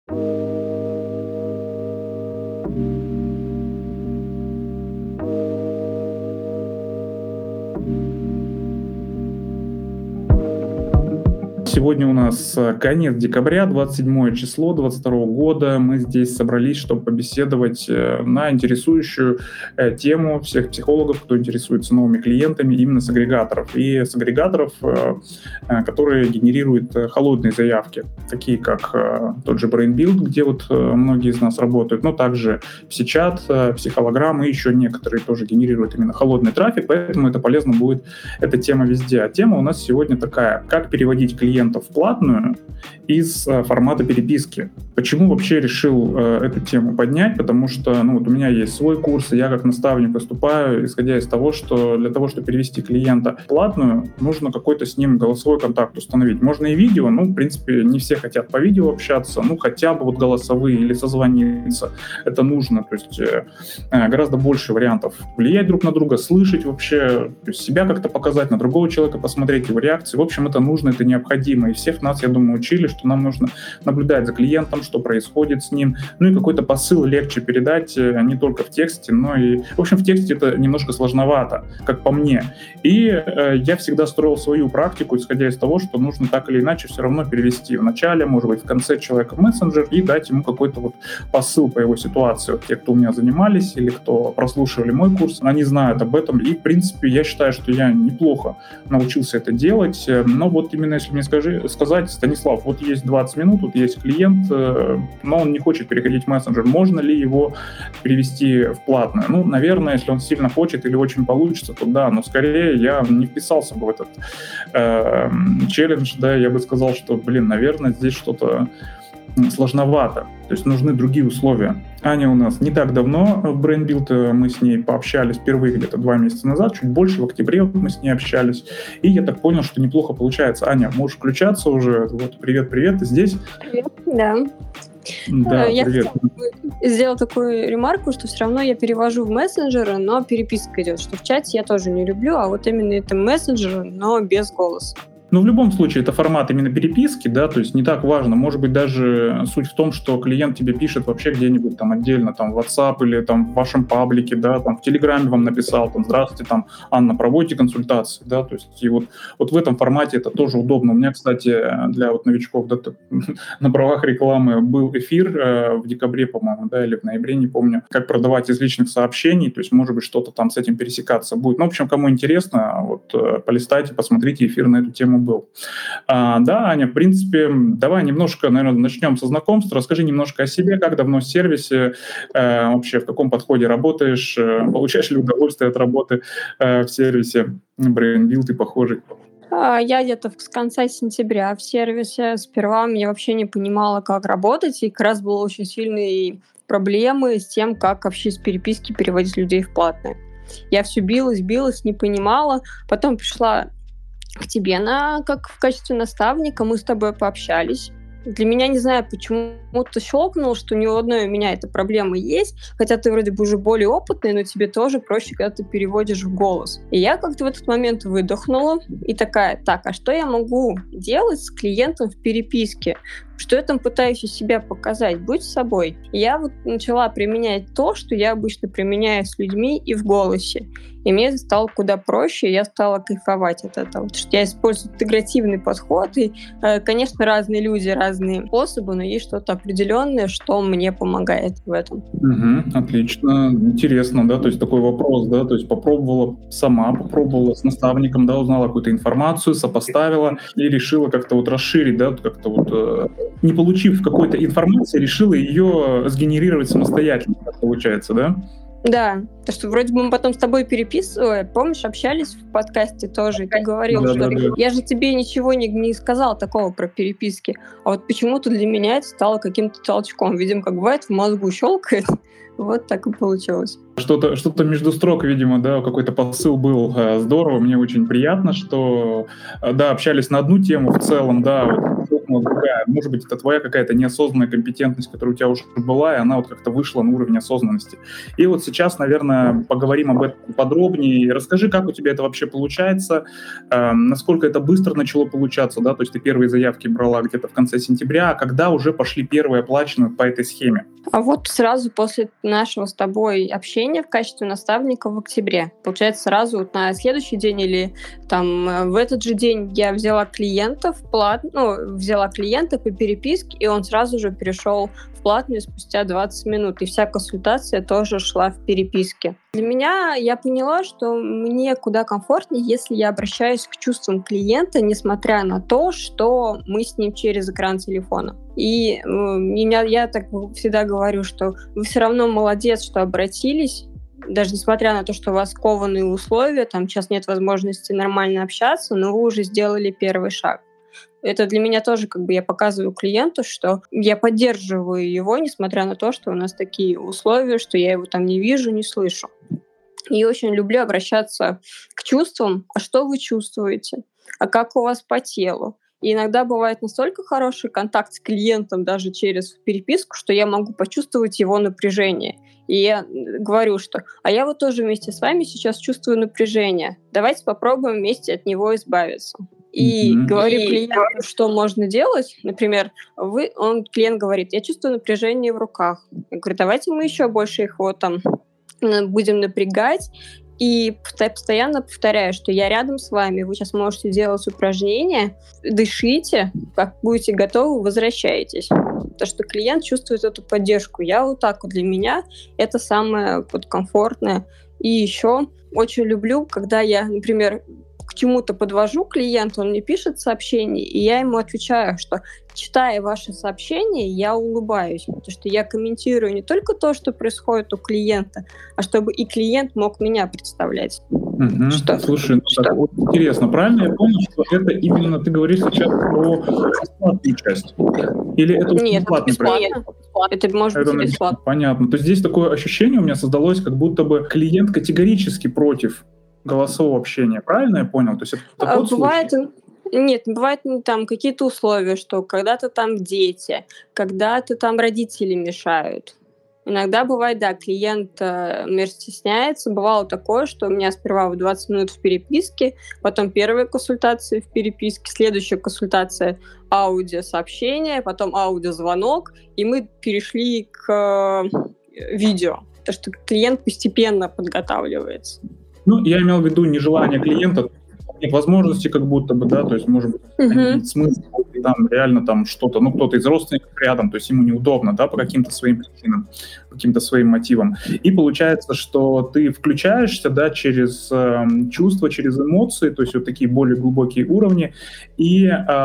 Сегодня у нас конец декабря, 27 число 2022 года. Мы здесь собрались, чтобы побеседовать на интересующую тему всех психологов, кто интересуется новыми клиентами, именно с агрегаторов. И с агрегаторов, которые генерируют холодные заявки, такие как тот же BrainBuild, где вот многие из нас работают, но также PsyChat, Психолограмм и еще некоторые тоже генерируют именно холодный трафик, поэтому это полезно будет, эта тема везде. А тема у нас сегодня такая: как переводить клиентов в платную из формата переписки. Почему вообще решил эту тему поднять? Потому что вот у меня есть свой курс, и я как наставник выступаю, исходя из того, что для того, чтобы перевести клиента в платную, нужно какой-то с ним голосовой контакт установить. Можно и видео, в принципе, не все хотят по видео общаться, хотя бы вот голосовые или созвониться. Это нужно, то есть гораздо больше вариантов влиять друг на друга, слышать вообще, то есть себя как-то показать, на другого человека посмотреть, его реакции. В общем, это нужно, это необходимо. И всех нас, я думаю, учили, что нам нужно наблюдать за клиентом, что происходит с ним, и какой-то посыл легче передать не только в тексте, но и... В общем, в тексте это немножко сложновато, как по мне. И я всегда строил свою практику, исходя из того, что нужно так или иначе все равно перевести в начале, может быть, в конце человека в мессенджер и дать ему какой-то вот посыл по его ситуации. Вот те, кто у меня занимались или кто прослушивали мой курс, они знают об этом. И, в принципе, я считаю, что я неплохо научился это делать. Но вот именно если мне сказать: Станислав, вот есть 20 минут, вот есть клиент, но он не хочет переходить в мессенджер, можно ли его перевести в платную? Наверное, если он сильно хочет или очень получится, то да, но скорее я не вписался бы в этот челлендж, да, я бы сказал, что, наверное, здесь что-то сложновато, то есть нужны другие условия. Аня у нас не так давно в BrainBuild, мы с ней пообщались впервые где-то 2 месяца назад, чуть больше, в октябре мы с ней общались, и я так понял, что неплохо получается. Аня, можешь включаться уже? Вот, привет, ты здесь? Привет, да. Да, я привет. сделала такую ремарку, что все равно я перевожу в мессенджеры, но переписка идет, что в чате я тоже не люблю, а вот именно это мессенджеры, но без голоса. В любом случае, это формат именно переписки, да, то есть не так важно. Может быть, даже суть в том, что клиент тебе пишет вообще где-нибудь там отдельно, там в WhatsApp или там в вашем паблике, да, там в Телеграме вам написал, там: здравствуйте, там, Анна, проводите консультации, да, то есть и вот в этом формате это тоже удобно. У меня, кстати, для вот новичков, да, на правах рекламы был эфир в декабре, по-моему, да, или в ноябре, не помню, как продавать из личных сообщений, то есть, может быть, что-то там с этим пересекаться будет. В общем, кому интересно, вот полистайте, посмотрите, эфир на эту тему был. Да, Аня, в принципе, давай немножко, наверное, начнем со знакомства. Расскажи немножко о себе, как давно в сервисе, вообще в каком подходе работаешь, получаешь ли удовольствие от работы в сервисе BrainBuild и похожий. Я где-то с конца сентября в сервисе. Сперва я вообще не понимала, как работать, и как раз было очень сильные проблемы с тем, как вообще с переписки переводить людей в платное. Я все билась, не понимала. Потом пришла к тебе как в качестве наставника, мы с тобой пообщались. Для меня, не знаю, почему-то щелкнул, что ни у одной у меня эта проблема есть, хотя ты вроде бы уже более опытный, но тебе тоже проще, когда ты переводишь в голос. И я как-то в этот момент выдохнула и такая: так, а что я могу делать с клиентом в переписке? Что я там пытаюсь из себя показать? Будь собой. И я вот начала применять то, что я обычно применяю с людьми и в голосе. И мне это стало куда проще, и я стала кайфовать от этого. Потому что я использую интегративный подход, и, конечно, разные люди, разные способы, но есть что-то определенное, что мне помогает в этом. Отлично, интересно, да, то есть такой вопрос, да, то есть попробовала с наставником, да, узнала какую-то информацию, сопоставила и решила как-то вот расширить, да, как-то вот не получив какой-то информации, решила ее сгенерировать самостоятельно, получается, да? Да, потому что вроде бы мы потом с тобой переписывали, помнишь, общались в подкасте тоже, и ты говорил, что я же тебе ничего не сказал такого про переписки, а вот почему-то для меня это стало каким-то толчком. Видимо, как бывает, в мозгу щелкает, вот так и получилось. Что-то между строк, видимо, да, какой-то посыл был. Здорово, мне очень приятно, что, да, общались на одну тему в целом, да, щелкнула другая. Может быть, это твоя какая-то неосознанная компетентность, которая у тебя уже была, и она вот как-то вышла на уровень осознанности. И вот сейчас, наверное, поговорим об этом подробнее. Расскажи, как у тебя это вообще получается, насколько это быстро начало получаться, да, то есть ты первые заявки брала где-то в конце сентября, а когда уже пошли первые оплаченные по этой схеме? А вот сразу после нашего с тобой общения в качестве наставника в октябре. Получается, сразу вот на следующий день или там в этот же день я взяла клиентов взяла клиента по переписке, и он сразу же перешел в платную спустя 20 минут. И вся консультация тоже шла в переписке. Для меня я поняла, что мне куда комфортнее, если я обращаюсь к чувствам клиента, несмотря на то, что мы с ним через экран телефона. И я так всегда говорю, что вы все равно молодец, что обратились, даже несмотря на то, что у вас кованые условия, там сейчас нет возможности нормально общаться, но вы уже сделали первый шаг. Это для меня тоже я показываю клиенту, что я поддерживаю его, несмотря на то, что у нас такие условия, что я его там не вижу, не слышу. И очень люблю обращаться к чувствам. А что вы чувствуете? А как у вас по телу? И иногда бывает настолько хороший контакт с клиентом даже через переписку, что я могу почувствовать его напряжение. И я говорю, что «а я вот тоже вместе с вами сейчас чувствую напряжение. Давайте попробуем вместе от него избавиться». И говорю клиенту, что можно делать. Например, клиент говорит, я чувствую напряжение в руках. Я говорю, давайте мы еще больше их будем напрягать. И постоянно повторяю, что я рядом с вами, вы сейчас можете делать упражнения, дышите, как будете готовы, возвращайтесь. Потому что клиент чувствует эту поддержку. Для меня это самое комфортное. И еще очень люблю, когда я, например, к чему-то подвожу клиента, он мне пишет сообщение, и я ему отвечаю, что, читая ваше сообщение, я улыбаюсь, потому что я комментирую не только то, что происходит у клиента, а чтобы и клиент мог меня представлять. Слушай, так вот интересно, правильно я понял, что это именно ты говоришь сейчас про бесплатную часть? Или это Нет, это бесплатно. Это может быть бесплатно. Понятно. То есть здесь такое ощущение у меня создалось, как будто бы клиент категорически против голосового общения, правильно я понял? То есть это бывает, нет, бывают там какие-то условия, что когда-то там дети, когда-то там родители мешают. Иногда бывает, клиент стесняется. Бывало такое, что у меня сперва 20 минут в переписке, потом первая консультация в переписке, следующая консультация аудиосообщение, потом аудиозвонок, и мы перешли к видео, потому что клиент постепенно подготавливается. Я имел в виду нежелание клиента, нет возможности как будто бы, да, то есть, может быть, смысл, там реально там что-то, кто-то из родственников рядом, то есть ему неудобно, да, по каким-то своим причинам, каким-то своим мотивам. И получается, что ты включаешься, да, через чувства, через эмоции, то есть вот такие более глубокие уровни, и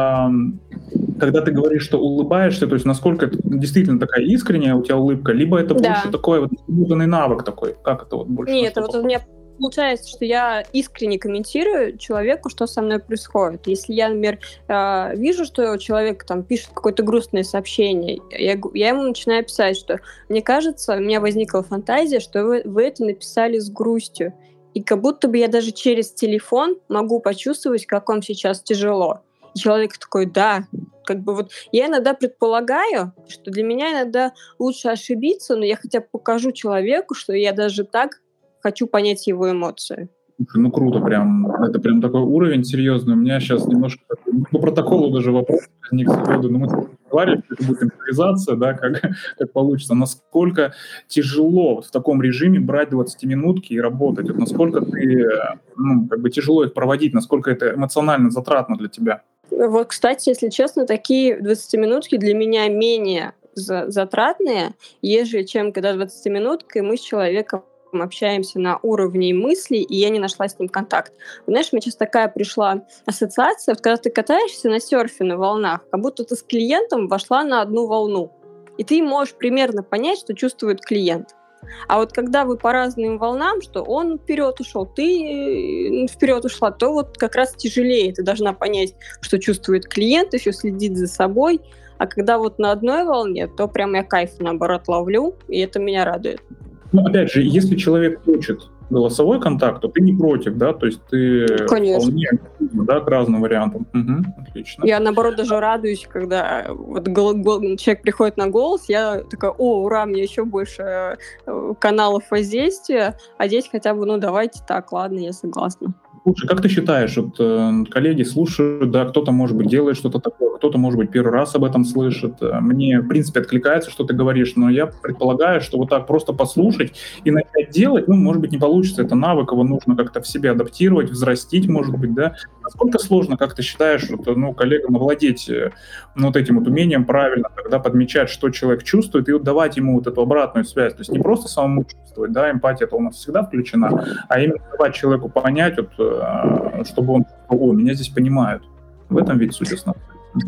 когда ты говоришь, что улыбаешься, то есть насколько это действительно такая искренняя у тебя улыбка, либо это больше такой вот наработанный навык такой, как это вот больше? Нет, у меня получается, что я искренне комментирую человеку, что со мной происходит. Если я, например, вижу, что человек там пишет какое-то грустное сообщение, я ему начинаю писать, что мне кажется, у меня возникла фантазия, что вы это написали с грустью. И как будто бы я даже через телефон могу почувствовать, как вам сейчас тяжело. И человек такой, да. Я иногда предполагаю, что для меня иногда лучше ошибиться, но я хотя бы покажу человеку, что я даже так хочу понять его эмоции. Круто прям. Это прям такой уровень серьезный. У меня сейчас немножко по протоколу даже вопрос возник сходу. Мы разговаривали, это будет импровизация, да, как получится. Насколько тяжело в таком режиме брать 20-минутки и работать? Вот насколько ты, тяжело их проводить, насколько это эмоционально затратно для тебя? Вот, кстати, если честно, такие 20-минутки для меня менее затратные, чем когда 20-минутка, и мы с человеком общаемся на уровне мыслей, и я не нашла с ним контакт. Знаешь, мне сейчас такая пришла ассоциация, когда ты катаешься на серфе на волнах, как будто ты с клиентом вошла на одну волну, и ты можешь примерно понять, что чувствует клиент. А вот когда вы по разным волнам, что он вперед ушел, ты вперед ушла, то вот как раз тяжелее. Ты должна понять, что чувствует клиент, еще следить за собой. А когда вот на одной волне, то прям я кайф, наоборот, ловлю, и это меня радует. Опять же, если человек хочет голосовой контакт, то ты не против, да? То есть ты вполне да, к разным вариантам. Мгм, отлично. Я, наоборот, даже радуюсь, когда вот человек приходит на голос, я такая: о, ура, мне еще больше каналов воздействия, а здесь хотя бы, ну, давайте так, ладно, я согласна. Слушай, как ты считаешь, вот коллеги слушают, да, кто-то, может быть, делает что-то такое, кто-то, может быть, первый раз об этом слышит. Мне, в принципе, откликается, что ты говоришь, но я предполагаю, что вот так просто послушать и начать делать, ну, может быть, не получится. Это навык, его нужно как-то в себе адаптировать, взрастить, может быть, да. Насколько сложно, как ты считаешь, вот, ну, коллегам овладеть ну, вот этим вот умением правильно тогда подмечать, что человек чувствует, и вот давать ему вот эту обратную связь. То есть не просто самому чувствовать, да, эмпатия-то у нас всегда включена, а именно давать человеку понять, вот, чтобы он, о, меня здесь понимают. В этом ведь суть основная.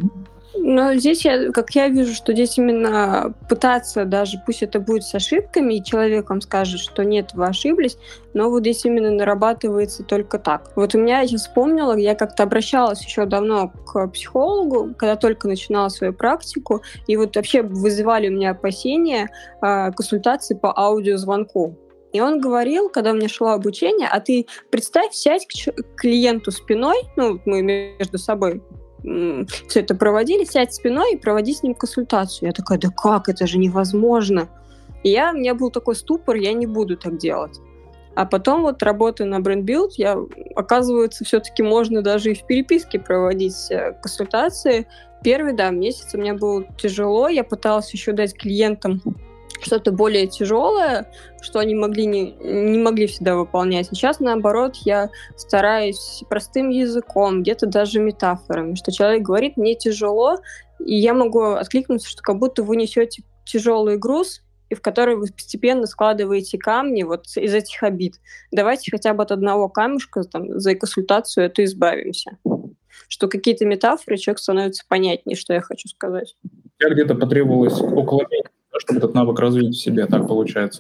Но здесь, как я вижу, что здесь именно пытаться даже, пусть это будет с ошибками, и человек вам скажет, что нет, вы ошиблись, но вот здесь именно нарабатывается только так. Вот у меня, я сейчас вспомнила, я как-то обращалась еще давно к психологу, когда только начинала свою практику, и вот вообще вызывали у меня опасения консультации по аудиозвонку. И он говорил, когда у меня шло обучение, а ты представь, сядь к клиенту спиной, ну, мы между собой все это проводили, сядь спиной и проводи с ним консультацию. Я такая, да как, это же невозможно. И у меня был такой ступор, я не буду так делать. А потом вот работая на BrandBuild, оказывается, все-таки можно даже и в переписке проводить консультации. Первый, да, месяц у меня было тяжело, я пыталась еще дать клиентам что-то более тяжелое, что они не могли всегда выполнять. Сейчас, наоборот, я стараюсь простым языком, где-то даже метафорами, что человек говорит, мне тяжело, и я могу откликнуться, что как будто вы несете тяжелый груз, и в который вы постепенно складываете камни вот из этих обид. Давайте хотя бы от одного камешка там, за консультацию это избавимся. Что какие-то метафоры, человек становится понятнее, что я хочу сказать. Я где-то потребовалось около месяца, чтобы этот навык развить в себе, так получается.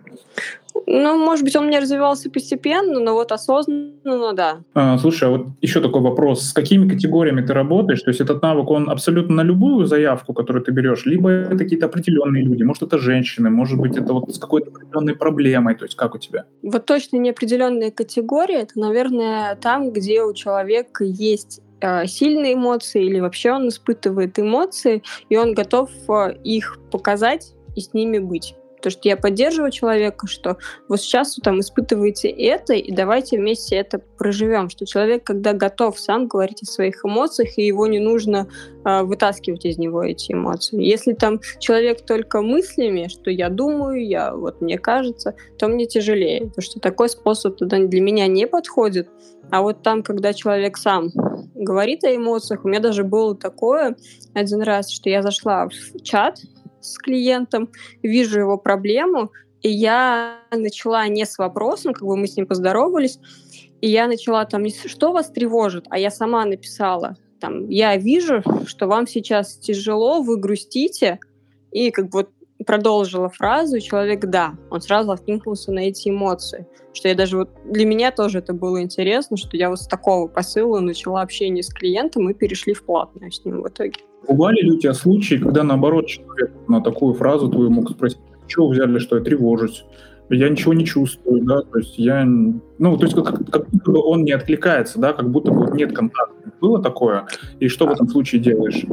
Ну, может быть, он у меня развивался постепенно, но вот осознанно, да. Слушай, а вот еще такой вопрос. С какими категориями ты работаешь? То есть этот навык, он абсолютно на любую заявку, которую ты берешь, либо это какие-то определенные люди, может, это женщины, может быть, это вот с какой-то определенной проблемой, то есть как у тебя? Вот точно неопределенные категории, это, наверное, там, где у человека есть сильные эмоции или вообще он испытывает эмоции, и он готов их показать и с ними быть. Потому что я поддерживаю человека, что вот сейчас вы там испытываете это, и давайте вместе это проживем. Что человек, когда готов сам говорить о своих эмоциях, и его не нужно вытаскивать из него эти эмоции. Если там человек только мыслями, что я думаю, вот мне кажется, то мне тяжелее. Потому что такой способ тогда для меня не подходит. А вот там, когда человек сам говорит о эмоциях, у меня даже было такое один раз, что я зашла в чат с клиентом, вижу его проблему, и я начала не с вопросом, как бы мы с ним поздоровались, и я начала там, что вас тревожит, а я сама написала, там, я вижу, что вам сейчас тяжело, вы грустите, и как бы вот продолжила фразу, и человек, да, он сразу откликнулся на эти эмоции. Что я даже вот для меня тоже это было интересно, что я вот с такого посыла начала общение с клиентом и перешли в платное с ним в итоге. Бывали ли у тебя случаи, когда, наоборот, человек на такую фразу твою мог спросить, чего взяли, что я тревожусь, я ничего не чувствую, да, то есть я, ну, то есть как будто бы он не откликается, да, как будто бы нет контакта. Было такое? И что в этом случае делаешь?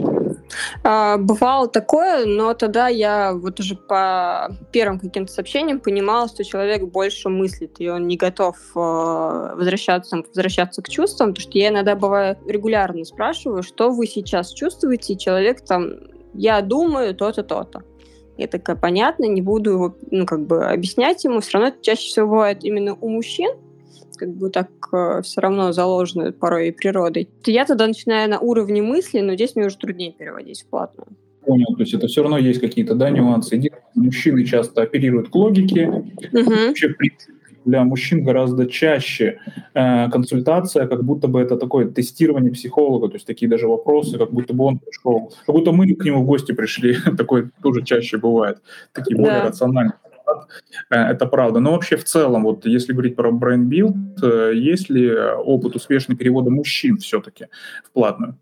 Бывало такое, но тогда я вот уже по первым каким-то сообщениям понимала, что человек больше мыслит, и он не готов возвращаться к чувствам, потому что я иногда бываю регулярно спрашиваю, что вы сейчас чувствуете, и человек там, я думаю то-то, то-то. Я такая, понятно, не буду его, объяснять ему, все равно это чаще всего бывает именно у мужчин, как бы так все равно заложено порой и природой. Я тогда начинаю на уровне мысли, но здесь мне уже труднее переводить в платную. Понял, то есть это все равно есть какие-то, да, нюансы. Мужчины часто оперируют к логике. Вообще, в принципе, для мужчин гораздо чаще консультация, как будто бы это такое тестирование психолога, то есть такие даже вопросы, как будто бы он пришел, как будто мы к нему в гости пришли, такое тоже чаще бывает, такие более рациональные. Это правда. Но вообще в целом, вот если говорить про BrandBuild, есть ли опыт успешного перевода мужчин все-таки в платную?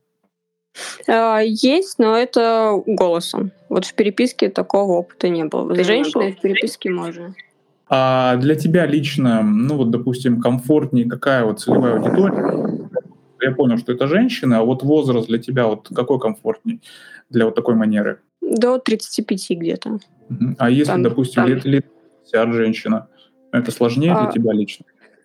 Есть, но это голосом. Вот в переписке такого опыта не было. С женщиной в переписке можно. А для тебя лично, ну вот, допустим, комфортнее какая вот целевая аудитория? Я понял, что это женщины, а вот возраст для тебя вот какой комфортней для вот такой манеры? До 35 где-то. А если, Там, допустим, лет 50 женщина, это сложнее для а, тебя лично?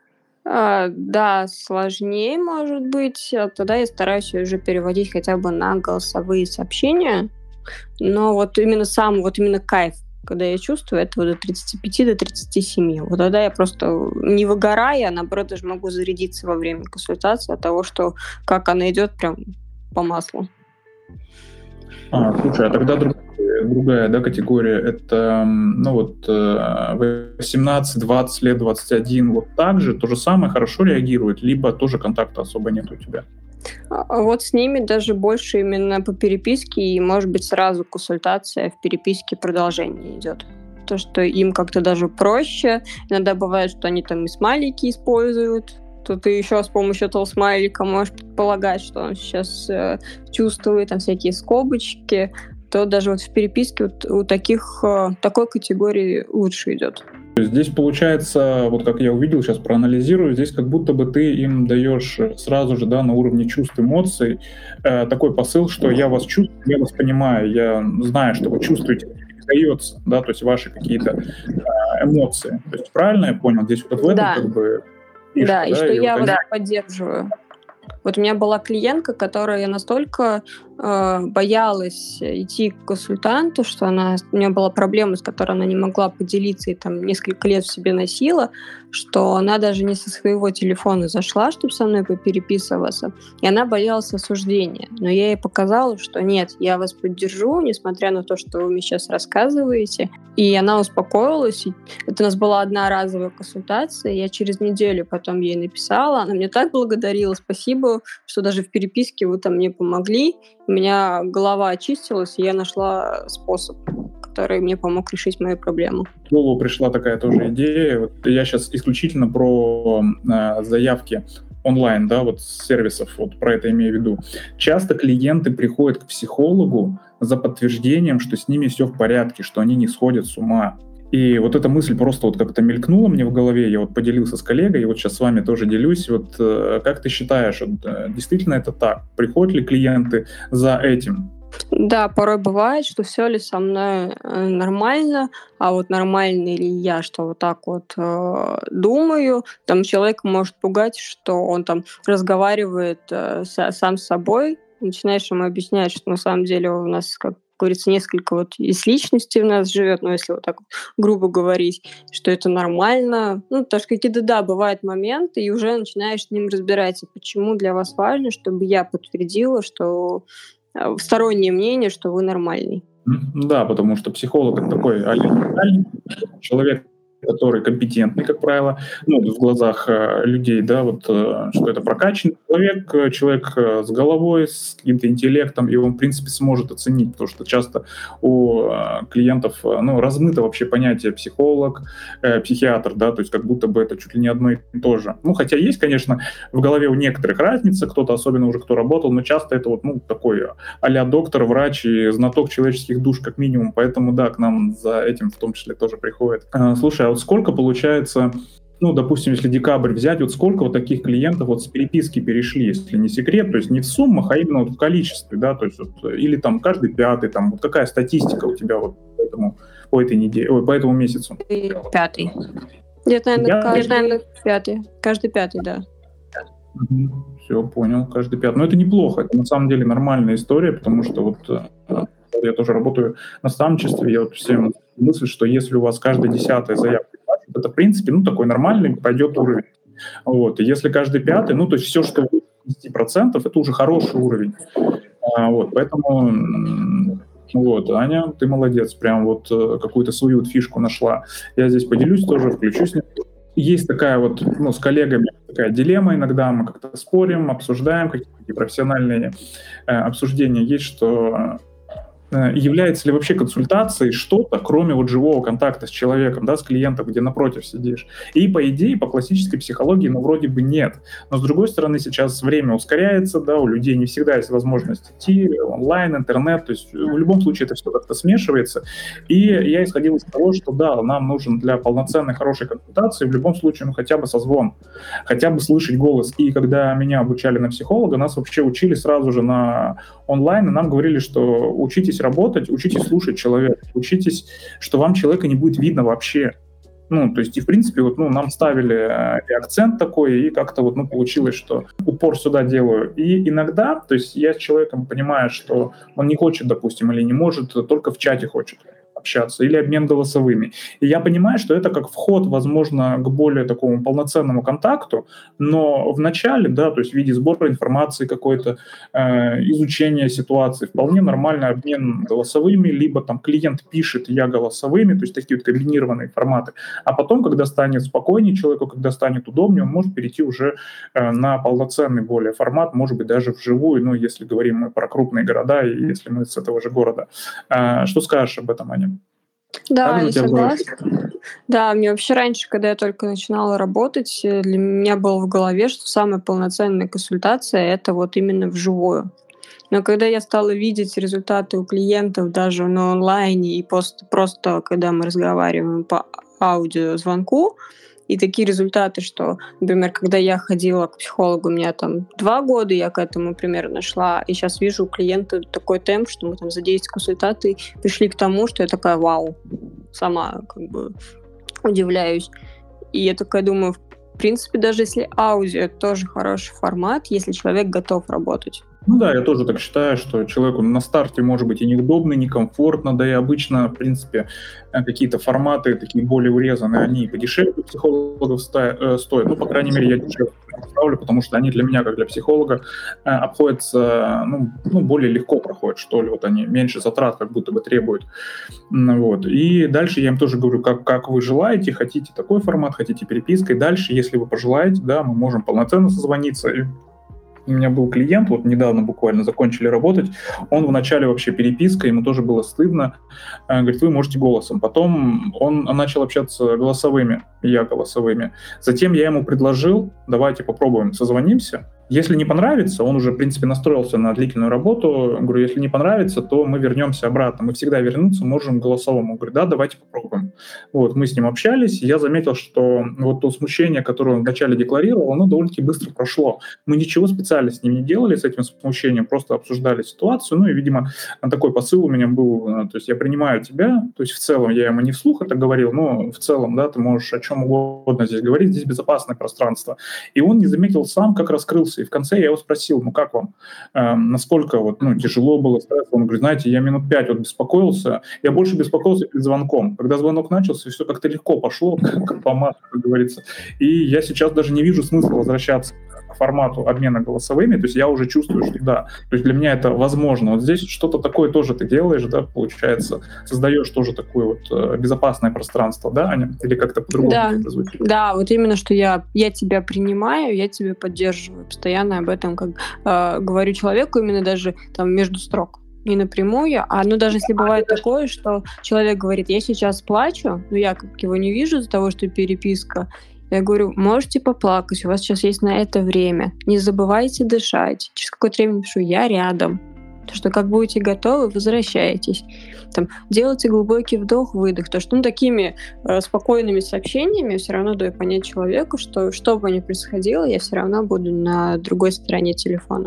да, сложнее может быть. Тогда я стараюсь уже переводить хотя бы на голосовые сообщения. Но вот именно вот именно кайф, когда я чувствую, это вот до 35, до 37. Вот тогда я просто не выгораю, а наоборот даже могу зарядиться во время консультации от того, что как она идет прям по маслу. Слушай, а тогда другая, да, категория, это, ну вот, 18, 20 лет, 21, вот так же, то же самое, хорошо реагирует, либо тоже контакта особо нет у тебя? Вот с ними даже больше именно по переписке, и, может быть, сразу консультация в переписке продолжение идет. То, что им как-то даже проще. Иногда бывает, что они там и смайлики используют. То ты еще с помощью этого смайлика можешь предполагать, что он сейчас чувствует, там всякие скобочки. То даже вот в переписке вот у такой категории лучше идет. Здесь получается, вот как я увидел, сейчас проанализирую, здесь как будто бы ты им даешь сразу же, да, на уровне чувств, эмоций, такой посыл, что я вас чувствую, я вас понимаю, я знаю, что вы чувствуете, передается, да, то есть ваши какие-то эмоции. То есть правильно я понял? Здесь вот в этом Да, как бы фишка, да, и да, что и вот я они... вас поддерживаю. Вот у меня была клиентка, которая настолько боялась идти к консультанту, что у нее была проблема, с которой она не могла поделиться и там несколько лет в себе носила, что она даже не со своего телефона зашла, чтобы со мной попереписываться, и она боялась осуждения. Но я ей показала, что нет, я вас поддержу, несмотря на то, что вы мне сейчас рассказываете. И она успокоилась. И это у нас была одна разовая консультация. Я через неделю потом ей написала. Она мне так благодарила. Спасибо, что даже в переписке вы там мне помогли. У меня голова очистилась, и я нашла способ, который мне помог решить мою проблему. В голову пришла такая тоже идея. Вот я сейчас исключительно про заявки онлайн, да, вот с сервисов, вот про это имею в виду. Часто клиенты приходят к психологу за подтверждением, что с ними все в порядке, что они не сходят с ума. И вот эта мысль просто вот как-то мелькнула мне в голове, я вот поделился с коллегой, и вот сейчас с вами тоже делюсь. Вот как ты считаешь, вот, действительно это так? Приходят ли клиенты за этим? Да, порой бывает, что все ли со мной нормально, а вот нормальный ли я, что вот так вот думаю. Там человек может пугать, что он там разговаривает сам с собой, начинаешь ему объяснять, что на самом деле у нас, как говорится, несколько вот из личностей у нас живет, ну, если вот так вот грубо говорить, что это нормально. Ну, потому что какие-то, да, бывают моменты, и уже начинаешь с ним разбираться, почему для вас важно, чтобы я подтвердила, что стороннее мнение, что вы нормальный. Да, потому что психолог — это такой человек, который компетентный, как правило, ну, в глазах людей, да, вот, что это прокачанный человек с головой, с каким-то интеллектом, и он, в принципе, сможет оценить, потому что часто у клиентов, ну, размыто вообще понятие психолог, психиатр, да, то есть как будто бы это чуть ли не одно и то же. Ну, хотя есть, конечно, в голове у некоторых разница, кто-то, особенно уже кто работал, но часто это вот, ну, такой а-ля доктор, врач и знаток человеческих душ, как минимум, поэтому, да, к нам за этим в том числе тоже приходит. Слушай, а вот сколько получается, ну, допустим, если декабрь взять, вот сколько вот таких клиентов вот с переписки перешли, если не секрет, то есть не в суммах, а именно вот в количестве, да, то есть вот, или там каждый пятый, там, вот какая статистика у тебя вот по этой неделе, по этому месяцу? Пятый. Где-то, наверное, каждый пятый. Каждый пятый, да. Все, понял, каждый пятый. Но это неплохо, это на самом деле нормальная история, потому что вот я тоже работаю в наставничестве, я вот всем мысль, что если у вас каждая 10-я заявка, это, в принципе, ну, такой нормальный, пойдет уровень. Вот. И если каждый пятый, ну, то есть все, что выше 10%, это уже хороший уровень. Вот. Поэтому, вот, Аня, ты молодец, прям вот какую-то свою вот фишку нашла. Я здесь поделюсь тоже, включусь. Есть такая вот, ну, с коллегами такая дилемма иногда, мы как-то спорим, обсуждаем, какие-то профессиональные обсуждения есть, что является ли вообще консультацией что-то, кроме вот живого контакта с человеком, да, с клиентом, где напротив сидишь. И по идее, по классической психологии, ну, вроде бы нет. Но, с другой стороны, сейчас время ускоряется, да, у людей не всегда есть возможность идти онлайн, интернет, то есть в любом случае это все как-то смешивается. И я исходил из того, что да, нам нужен для полноценной хорошей консультации в любом случае, ну, хотя бы созвон, хотя бы слышать голос. И когда меня обучали на психолога, нас вообще учили сразу же на онлайн, и нам говорили, что учитесь работать, учитесь слушать человека, учитесь, что вам человека не будет видно вообще. Ну, то есть, и в принципе, вот, ну, нам ставили и акцент такой, и как-то вот, ну, получилось, что упор сюда делаю. И иногда, то есть я с человеком понимаю, что он не хочет, допустим, или не может, только в чате хочет общаться, или обмен голосовыми. И я понимаю, что это как вход, возможно, к более такому полноценному контакту, но в начале, да, то есть в виде сбора информации какой-то, изучения ситуации, вполне нормальный обмен голосовыми, либо там клиент пишет, я голосовыми, то есть такие вот комбинированные форматы. А потом, когда станет спокойнее человеку, когда станет удобнее, он может перейти уже на полноценный более формат, может быть, даже вживую, ну, если говорим мы про крупные города, и если мы с этого же города. Что скажешь об этом, Аня? Да, Как же у я тебя бывает? согласна. Да, мне вообще раньше, когда я только начинала работать, для меня было в голове, что самая полноценная консультация — это вот именно вживую. Но когда я стала видеть результаты у клиентов даже на онлайне и просто когда мы разговариваем по аудиозвонку, и такие результаты, что, например, когда я ходила к психологу, у меня там 2 года, я к этому примерно шла, и сейчас вижу у клиента такой темп, что мы там за 10 консультаций пришли к тому, что я такая, вау, сама как бы удивляюсь. И я такая думаю, в принципе, даже если аудио — это тоже хороший формат, если человек готов работать. Ну да, я тоже так считаю, что человеку на старте может быть и неудобно, и некомфортно, да и обычно, в принципе, какие-то форматы такие более урезанные, они подешевле у психологов стоят. Ну, по крайней мере, я дешевле ставлю, потому что они для меня, как для психолога, обходятся, ну, более легко проходят, что ли, вот они меньше затрат как будто бы требуют. Вот. И дальше я им тоже говорю, как вы желаете, хотите такой формат, хотите перепиской. Дальше, если вы пожелаете, да, мы можем полноценно созвониться. И у меня был клиент, вот недавно буквально закончили работать, он вначале вообще переписка, ему тоже было стыдно, говорит, вы можете голосом. Потом он начал общаться голосовыми, я голосовыми. Затем я ему предложил, давайте попробуем, созвонимся. Если не понравится, он уже, в принципе, настроился на длительную работу, говорю, если не понравится, то мы вернемся обратно. Мы всегда вернуться можем к голосовому. Говорю, да, давайте попробуем. Вот, мы с ним общались, и я заметил, что вот то смущение, которое он вначале декларировал, оно довольно-таки быстро прошло. Мы ничего специально с ним не делали, с этим смущением, просто обсуждали ситуацию, ну и, видимо, такой посыл у меня был, то есть я принимаю тебя, то есть в целом я ему не вслух это говорил, но в целом, да, ты можешь о чем угодно здесь говорить, здесь безопасное пространство. И он не заметил сам, как раскрылся. И в конце я его спросил, ну как вам, насколько вот, ну, тяжело было, стресс. Он говорит, знаете, я минут 5 вот беспокоился, я больше беспокоился перед звонком. Когда звонок начался, все как-то легко пошло, как по маслу, как говорится. И я сейчас даже не вижу смысла возвращаться к формату обмена голосовыми, то есть я уже чувствую, что да, то есть для меня это возможно. Вот здесь что-то такое тоже ты делаешь, да, получается, создаешь тоже такое вот безопасное пространство, да, Аня? Или как-то по-другому Да, это звучит? да, вот именно, что я тебя принимаю, я тебя поддерживаю, постоянно об этом как говорю человеку, именно даже там между строк. Не напрямую, ну даже если бывает такое, что человек говорит, я сейчас плачу, но я как его не вижу из-за того, что переписка, я говорю, можете поплакать, у вас сейчас есть на это время, не забывайте дышать. Через какое-то время пишу, я рядом. То, что как будете готовы, возвращайтесь. Там, делайте глубокий вдох-выдох. То, что такими спокойными сообщениями все равно даю понять человеку, что бы ни происходило, я все равно буду на другой стороне телефона.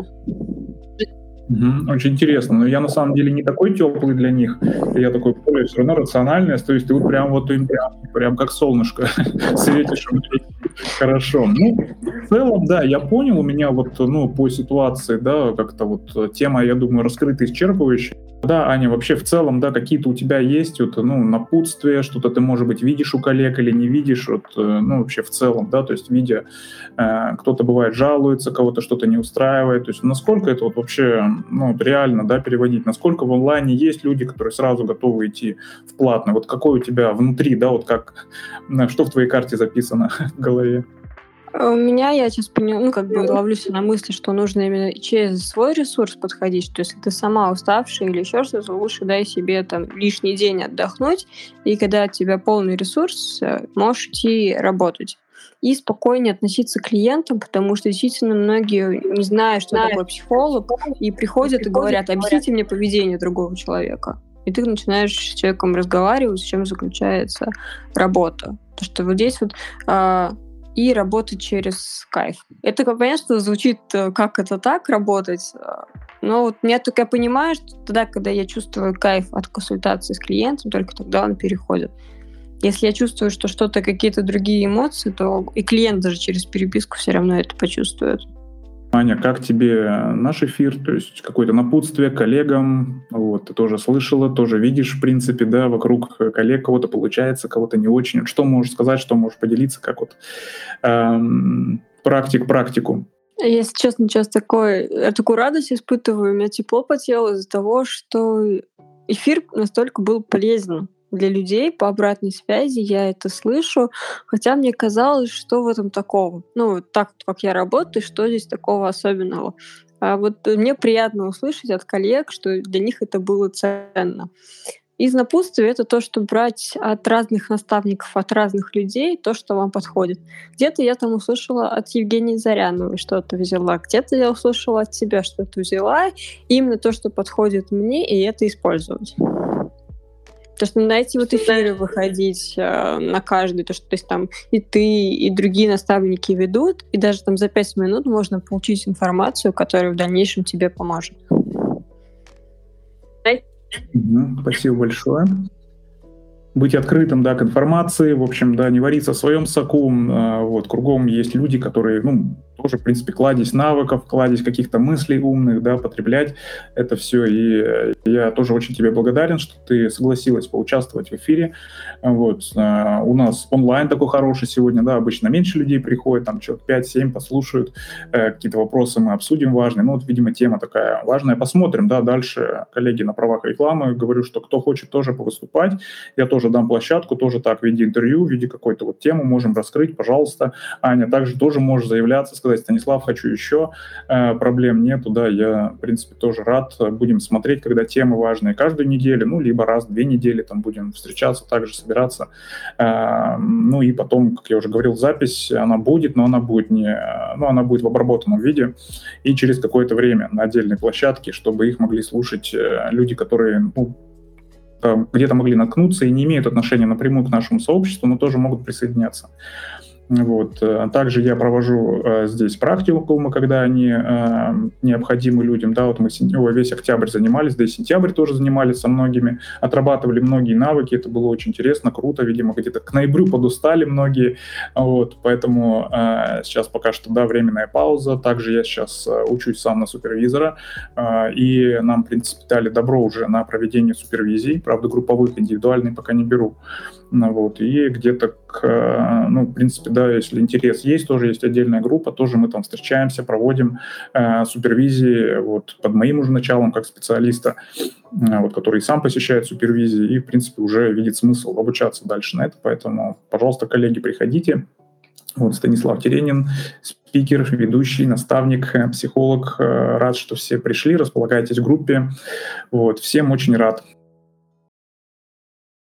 Очень интересно. Но я на самом деле не такой теплый для них. Я такой более все равно рациональный. То есть ты вот прям вот им прям как солнышко светишь. Хорошо. Ну, в целом, да, я понял. У меня вот, ну, по ситуации, да, как-то вот тема, я думаю, раскрыта, исчерпывающая. Да, Аня, вообще в целом, да, какие-то у тебя есть вот, ну, напутствия, что-то ты, может быть, видишь у коллег или не видишь, вот, ну, вообще в целом, да, то есть видя, кто-то бывает жалуется, кого-то что-то не устраивает, то есть насколько это вот вообще, ну, вот реально, да, переводить, насколько в онлайне есть люди, которые сразу готовы идти в платно, вот какой у тебя внутри, да, вот как, что в твоей карте записано в голове? У меня, я сейчас поняла, ну, как бы ловлюсь на мысли, что нужно именно через свой ресурс подходить, что если ты сама уставшая или еще что-то, лучше дай себе там лишний день отдохнуть, и когда у тебя полный ресурс, можешь идти работать. И спокойнее относиться к клиентам, потому что действительно многие не знают, что такое психолог, и приходят и говорят: объясните мне поведение другого человека. И ты начинаешь с человеком разговаривать, в чем заключается работа. Потому что вот здесь вот и работать через кайф. Это, понятно, что звучит, как это так, работать, но вот я только понимаю, что тогда, когда я чувствую кайф от консультации с клиентом, только тогда он переходит. Если я чувствую, что что-то, какие-то другие эмоции, то и клиент даже через переписку все равно это почувствует. Аня, как тебе наш эфир? То есть какое-то напутствие коллегам? Вот, ты тоже слышала, тоже видишь, в принципе, да, вокруг коллег кого-то получается, кого-то не очень. Что можешь сказать, что можешь поделиться, как вот практику? Если честно, сейчас такую радость испытываю, у меня тепло по телу из-за того, что эфир настолько был полезен для людей. По обратной связи я это слышу, хотя мне казалось, что в этом такого. Ну, так как я работаю, что здесь такого особенного. А вот мне приятно услышать от коллег, что для них это было ценно. Из напутствия это то, что брать от разных наставников, от разных людей то, что вам подходит. Где-то я там услышала от Евгении Заряновой что-то взяла, где-то я услышала от тебя что-то взяла, именно то, что подходит мне, и это использовать. То, что на эти вот эфиры выходить на каждый, то, что то есть, там и ты, и другие наставники ведут, и даже там за 5 минут можно получить информацию, которая в дальнейшем тебе поможет. Спасибо большое. Быть открытым, да, к информации, в общем, да, не вариться в своем соку. Вот, кругом есть люди, которые, тоже, в принципе, кладезь навыков, кладезь каких-то мыслей умных, да, потреблять это все. И я тоже очень тебе благодарен, что ты согласилась поучаствовать в эфире. Вот, у нас онлайн такой хороший сегодня, да, обычно меньше людей приходит, там человек 5-7 послушают, какие-то вопросы мы обсудим важные. Ну, вот, видимо, тема такая важная. Посмотрим, да, дальше, коллеги, на правах рекламы. Говорю, что кто хочет тоже повыступать, я тоже дам площадку, тоже так, в виде интервью, в виде какой-то вот темы можем раскрыть, пожалуйста. Аня, также тоже можешь заявляться, сказать: Станислав, хочу еще, проблем нету, да, я, в принципе, тоже рад. Будем смотреть, когда темы важные каждую неделю, либо раз в 2 недели там будем встречаться, также собираться. И потом, как я уже говорил, запись, она будет, но она будет она будет в обработанном виде и через какое-то время на отдельной площадке, чтобы их могли слушать люди, которые, где-то могли наткнуться и не имеют отношения напрямую к нашему сообществу, но тоже могут присоединяться. Вот. Также я провожу здесь практику, когда они необходимы людям. Да, вот мы весь октябрь занимались, да и сентябрь тоже занимались со многими, отрабатывали многие навыки, это было очень интересно, круто, видимо, где-то к ноябрю подустали многие, вот, поэтому сейчас пока что, да, временная пауза. Также я сейчас учусь сам на супервизора, и нам, в принципе, дали добро уже на проведение супервизий, правда, групповых, индивидуальных пока не беру. Вот, и где-то, в принципе, да, если интерес есть, тоже есть отдельная группа, тоже мы там встречаемся, проводим супервизии, вот, под моим уже началом как специалиста, вот, который сам посещает супервизии и, в принципе, уже видит смысл обучаться дальше на это, поэтому, пожалуйста, коллеги, приходите. Вот, Станислав Теренин, спикер, ведущий, наставник, психолог. Рад, что все пришли, располагайтесь в группе. Вот, всем очень рад.